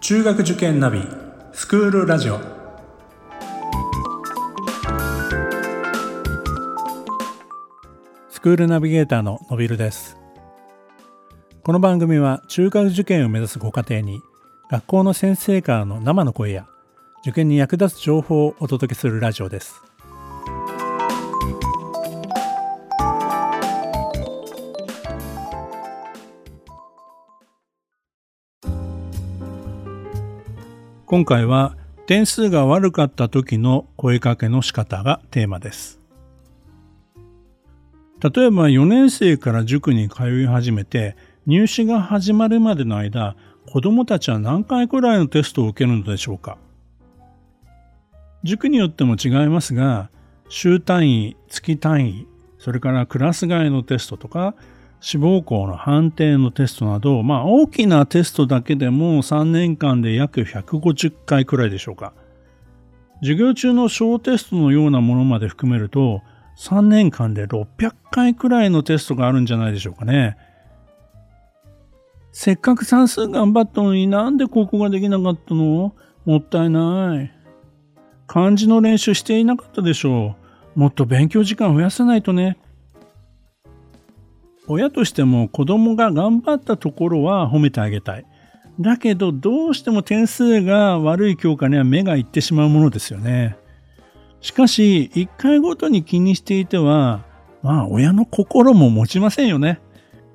中学受験ナビスクールラジオ。スクールナビゲーターののびるです。この番組は中学受験を目指すご家庭に学校の先生からの生の声や受験に役立つ情報をお届けするラジオです。今回は点数が悪かった時の声かけの仕方がテーマです。例えば4年生から塾に通い始めて入試が始まるまでの間、子どもたちは何回くらいのテストを受けるのでしょうか。塾によっても違いますが、週単位、月単位、それからクラス外のテストとか志望校の判定のテストなど、大きなテストだけでも3年間で約150回くらいでしょうか。授業中の小テストのようなものまで含めると3年間で600回くらいのテストがあるんじゃないでしょうかね。せっかく算数頑張ったのになんでここができなかったの？もったいない。漢字の練習していなかったでしょう。もっと勉強時間増やさないとね。親としても子供が頑張ったところは褒めてあげたい。だけどどうしても点数が悪い教科には目がいってしまうものですよね。しかし1回ごとに気にしていては、親の心も持ちませんよね。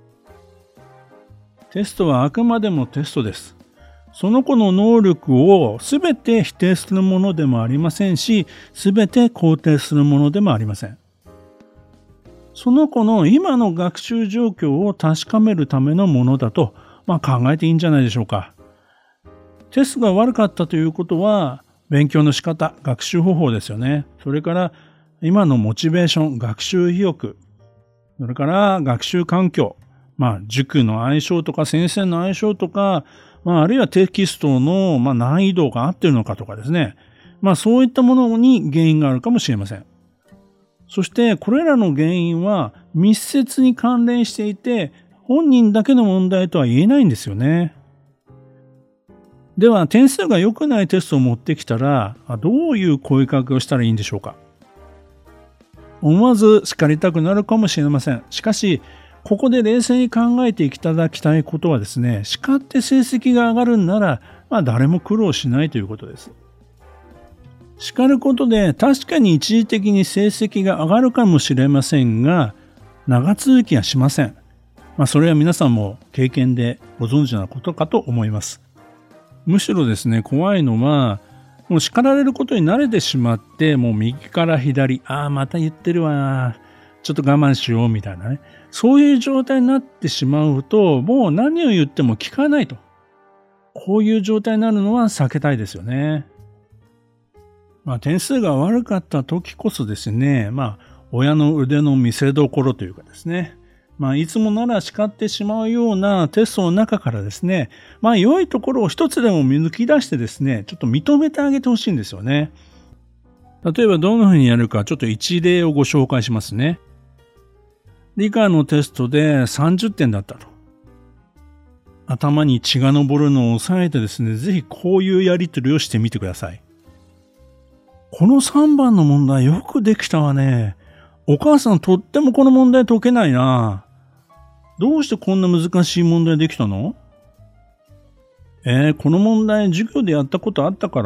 テストはあくまでもテストです。その子の能力をすべて否定するものでもありませんし、すべて肯定するものでもありません。その子の今の学習状況を確かめるためのものだと、考えていいんじゃないでしょうか。テストが悪かったということは、勉強の仕方、学習方法ですよね。それから今のモチベーション、学習意欲、それから学習環境、塾の相性とか先生の相性とか、あるいはテキストの難易度が合っているのかとかですね。そういったものに原因があるかもしれません。そしてこれらの原因は密接に関連していて、本人だけの問題とは言えないんですよね。では点数が良くないテストを持ってきたら、どういう声かけをしたらいいんでしょうか。思わず叱りたくなるかもしれません。しかしここで冷静に考えていただきたいことはですね、叱って成績が上がるんなら、誰も苦労しないということです。叱ることで確かに一時的に成績が上がるかもしれませんが、長続きはしません。それは皆さんも経験でご存知なことかと思います。むしろですね、怖いのは、もう叱られることに慣れてしまって、もう右から左、また言ってるわ、ちょっと我慢しようみたいなね、そういう状態になってしまうと、もう何を言っても聞かないと。こういう状態になるのは避けたいですよね。点数が悪かった時こそですね、親の腕の見せ所というかですね、いつもなら叱ってしまうようなテストの中からですね、良いところを一つでも見抜き出してですね、ちょっと認めてあげてほしいんですよね。例えばどんな風にやるか、ちょっと一例をご紹介しますね。理科のテストで30点だったと。頭に血が上るのを抑えてですね、ぜひこういうやり取りをしてみてください。この3番の問題よくできたわね。お母さんとってもこの問題解けないな。どうしてこんな難しい問題できたの？この問題授業でやったことあったから。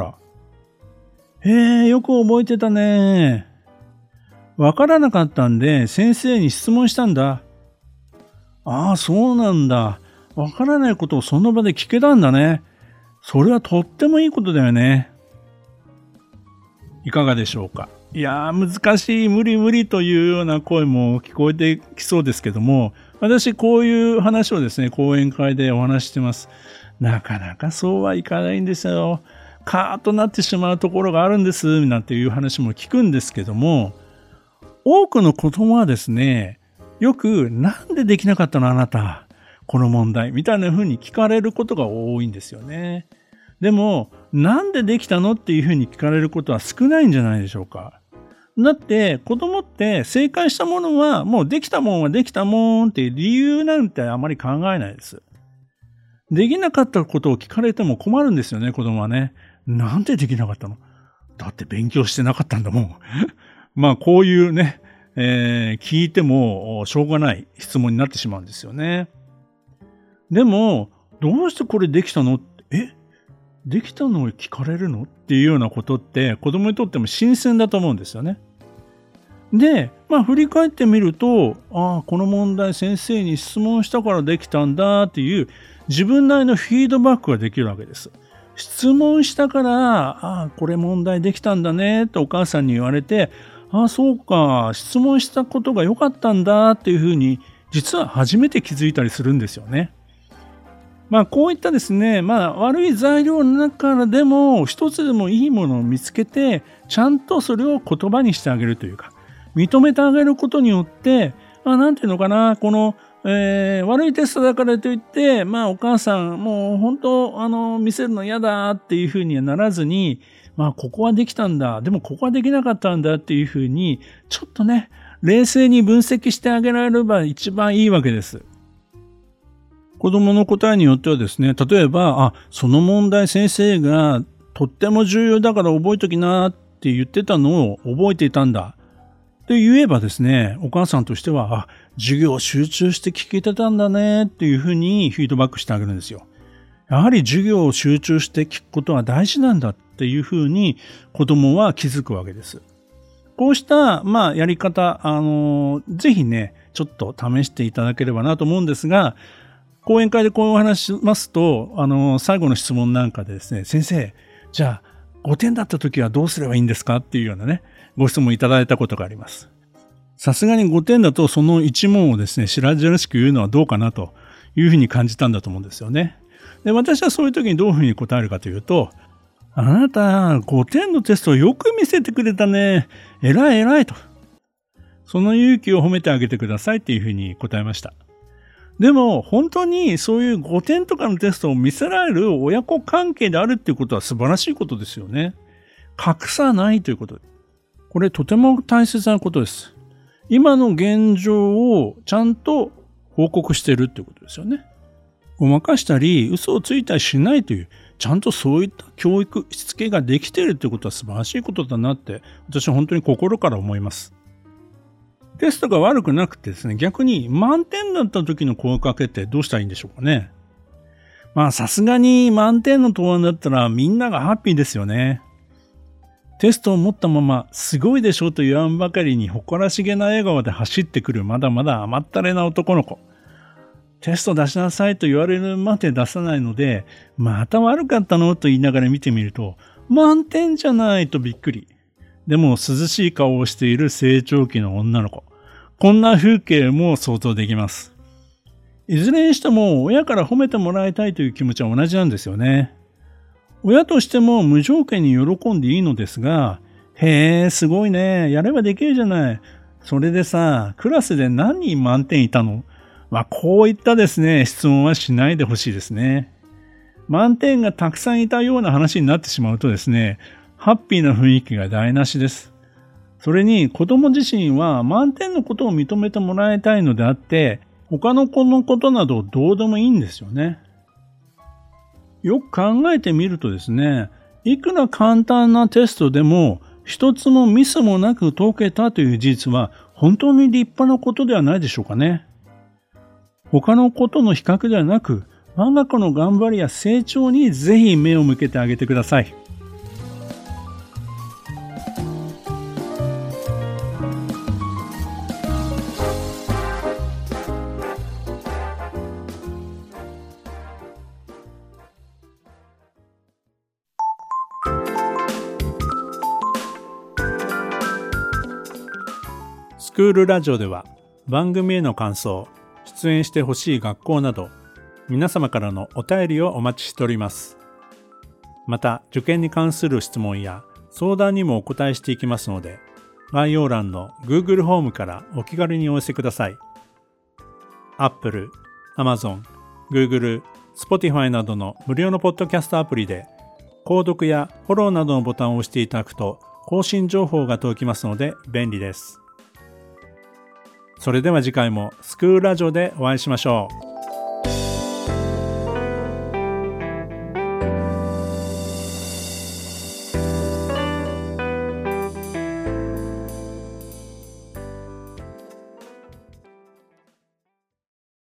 よく覚えてたね。わからなかったんで先生に質問したんだ。そうなんだ。わからないことをその場で聞けたんだね。それはとってもいいことだよね。いかがでしょうか。難しい、無理というような声も聞こえてきそうですけども、私こういう話をですね、講演会でお話してます。なかなかそうはいかないんですよ。カーッとなってしまうところがあるんですなんていう話も聞くんですけども、多くの子供はですね、よくなんでできなかったのあなた、この問題みたいな風に聞かれることが多いんですよね。でもなんでできたのっていう風に聞かれることは少ないんじゃないでしょうか。だって子供って正解したものはもうできたもんはできたもんっていう理由なんてあまり考えないです。 できなかったことを聞かれても困るんですよね、子供はね。なんでできなかったの？だって勉強してなかったんだもん。まあこういうね、聞いてもしょうがない質問になってしまうんですよね。でも、どうしてこれできたの？できたのを聞かれるのっていうようなことって子供にとっても新鮮だと思うんですよね。で、振り返ってみると、この問題先生に質問したからできたんだっていう自分なりのフィードバックができるわけです。質問したから、これ問題できたんだねとお母さんに言われて、そうか、質問したことが良かったんだっていうふうに、実は初めて気づいたりするんですよね。こういったですね、悪い材料の中からでも一つでもいいものを見つけて、ちゃんとそれを言葉にしてあげるというか、認めてあげることによって、なんていうのかな、この、悪いテストだからといって、お母さん、もう本当、見せるの嫌だっていうふうにはならずに、ここはできたんだ、でもここはできなかったんだっていうふうに、ちょっとね、冷静に分析してあげられれば一番いいわけです。子供の答えによってはですね、例えば、その問題先生がとっても重要だから覚えときなって言ってたのを覚えていたんだって言えばですね、お母さんとしては、授業を集中して聞けてたんだねっていうふうにフィードバックしてあげるんですよ。やはり授業を集中して聞くことは大事なんだっていうふうに子供は気づくわけです。こうした、やり方、ぜひね、ちょっと試していただければなと思うんですが、講演会でこういうお話しますと、最後の質問なんかでですね、先生、じゃあ5点だった時はどうすればいいんですかっていうようなね、ご質問いただいたことがあります。さすがに5点だとその1問をですね、白々しく言うのはどうかなというふうに感じたんだと思うんですよね。で、私はそういう時にどういうふうに答えるかというと、あなた5点のテストをよく見せてくれたね。偉い偉いと。その勇気を褒めてあげてくださいっていうふうに答えました。でも本当にそういう5点とかのテストを見せられる親子関係であるっていうことは素晴らしいことですよね。隠さないということ。これとても大切なことです。今の現状をちゃんと報告しているっていうことですよね。ごまかしたり嘘をついたりしないという、ちゃんとそういった教育しつけができているっていうことは素晴らしいことだなって私は本当に心から思います。テストが悪くなくてですね、逆に満点だった時の声かけってどうしたらいいんでしょうかね。さすがに満点の答案だったらみんながハッピーですよね。テストを持ったまますごいでしょと言わんばかりに誇らしげな笑顔で走ってくるまだまだ甘ったれな男の子。テスト出しなさいと言われるまで出さないので、また悪かったのと言いながら見てみると、満点じゃないとびっくり。でも涼しい顔をしている成長期の女の子。こんな風景も想像できます。いずれにしても親から褒めてもらいたいという気持ちは同じなんですよね。親としても無条件に喜んでいいのですが、へえ、すごいね。やればできるじゃない。それでさ、クラスで何人満点いたの？こういったですね、質問はしないでほしいですね。満点がたくさんいたような話になってしまうとですね、ハッピーな雰囲気が台無しです。それに子供自身は満点のことを認めてもらいたいのであって、他の子のことなどどうでもいいんですよね。よく考えてみるとですね、いくら簡単なテストでも一つもミスもなく解けたという事実は本当に立派なことではないでしょうかね。他のことの比較ではなく、我が子の頑張りや成長にぜひ目を向けてあげてください。スクールラジオでは番組への感想、出演してほしい学校など皆様からのお便りをお待ちしております。また受験に関する質問や相談にもお答えしていきますので、概要欄の Google ホームからお気軽にお寄せください。Apple、Amazon、Google、Spotify などの無料のポッドキャストアプリで購読やフォローなどのボタンを押していただくと更新情報が届きますので便利です。それでは次回もスクールラジオでお会いしましょう。